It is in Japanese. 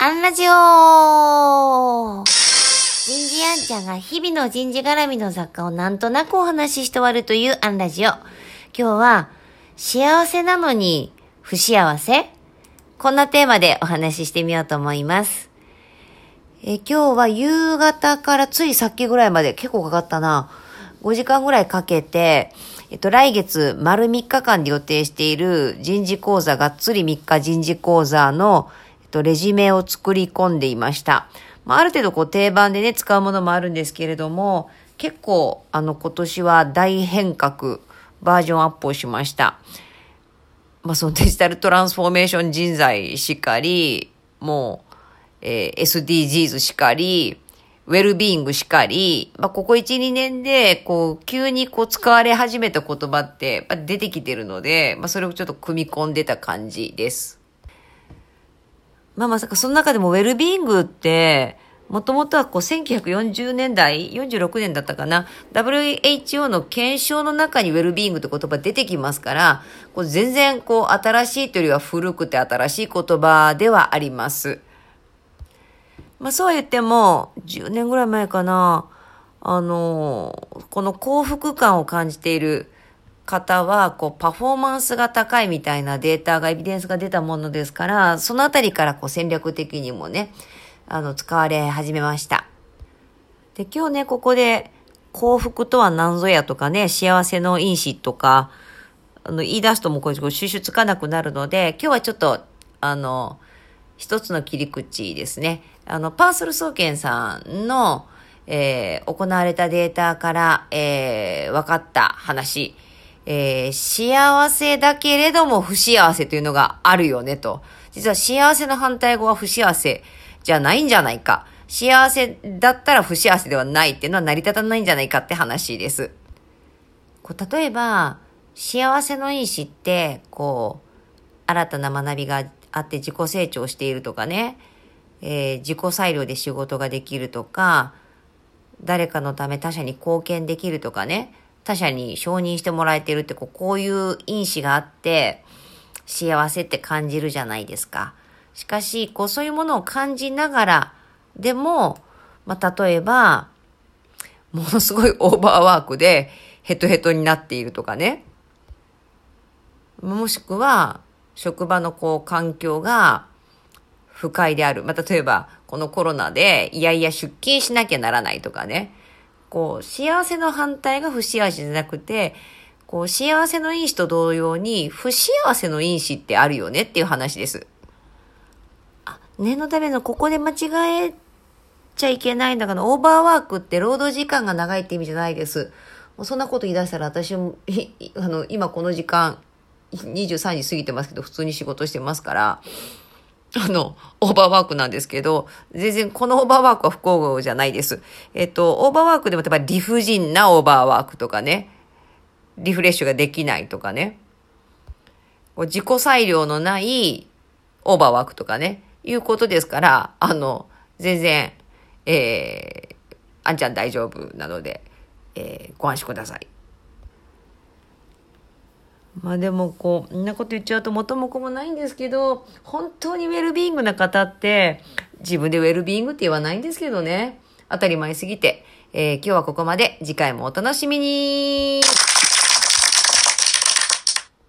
アンラジオ人事アンちゃんが日々の人事絡みの雑貨をなんとなくお話しして終わるというアンラジオ。今日は幸せなのに不幸せ？こんなテーマでお話ししてみようと思います。今日は夕方からついさっきぐらいまで結構かかったな。5時間ぐらいかけて、来月丸3日間で予定している人事講座、がっつり3日人事講座の、レジュメを作り込んでいました。ある程度定番でね、使うものもあるんですけれども、結構今年は大変革、バージョンアップをしました。そのデジタルトランスフォーメーション人材しかり、もう、SDGs しかり、ウェルビーイングしかり、ここ1、2年で、急に使われ始めた言葉って、出てきてるので、それをちょっと組み込んでた感じです。まさかその中でもウェルビーイングって、もともとは1940年代、46年だったかな、WHO の検証の中にウェルビーイングって言葉出てきますから、全然新しいというよりは古くて新しい言葉ではあります。そうは言っても、10年ぐらい前かな、この幸福感を感じている方は、パフォーマンスが高いみたいなデータが、エビデンスが出たものですから、そのあたりから戦略的にもね、使われ始めました。で、今日ね、ここで、幸福とは何ぞやとかね、幸せの因子とか、言い出すとも収集つかなくなるので、今日はちょっと、一つの切り口ですね。パーソル総研さんの、行われたデータから、分かった話、幸せだけれども不幸せというのがあるよねと。実は幸せの反対語は不幸せじゃないんじゃないか。幸せだったら不幸せではないっていうのは成り立たないんじゃないかって話です。例えば、幸せの因子って、新たな学びがあって自己成長しているとかね、自己裁量で仕事ができるとか、誰かのため他者に貢献できるとかね、他者に承認してもらえてるってこういう因子があって幸せって感じるじゃないですか。しかしそういうものを感じながらでも、例えばものすごいオーバーワークでヘトヘトになっているとかね、もしくは職場の環境が不快である。例えばこのコロナでいやいや出勤しなきゃならないとかね、幸せの反対が不幸せじゃなくて、幸せの因子と同様に不幸せの因子ってあるよねっていう話です。念のためのここで間違えちゃいけないんだから、オーバーワークって労働時間が長いって意味じゃないです。そんなこと言い出したら私も今この時間23時過ぎてますけど普通に仕事してますから、オーバーワークなんですけど、全然このオーバーワークは不幸じゃないです。オーバーワークでも例えば理不尽なオーバーワークとかね、リフレッシュができないとかね、自己裁量のないオーバーワークとかね、いうことですから、全然、あんちゃん大丈夫なので、ご安心ください。でもこんなこと言っちゃうと元も子もないんですけど、本当にウェルビーイングな方って自分でウェルビーイングって言わないんですけどね、当たり前すぎて、今日はここまで。次回もお楽しみに。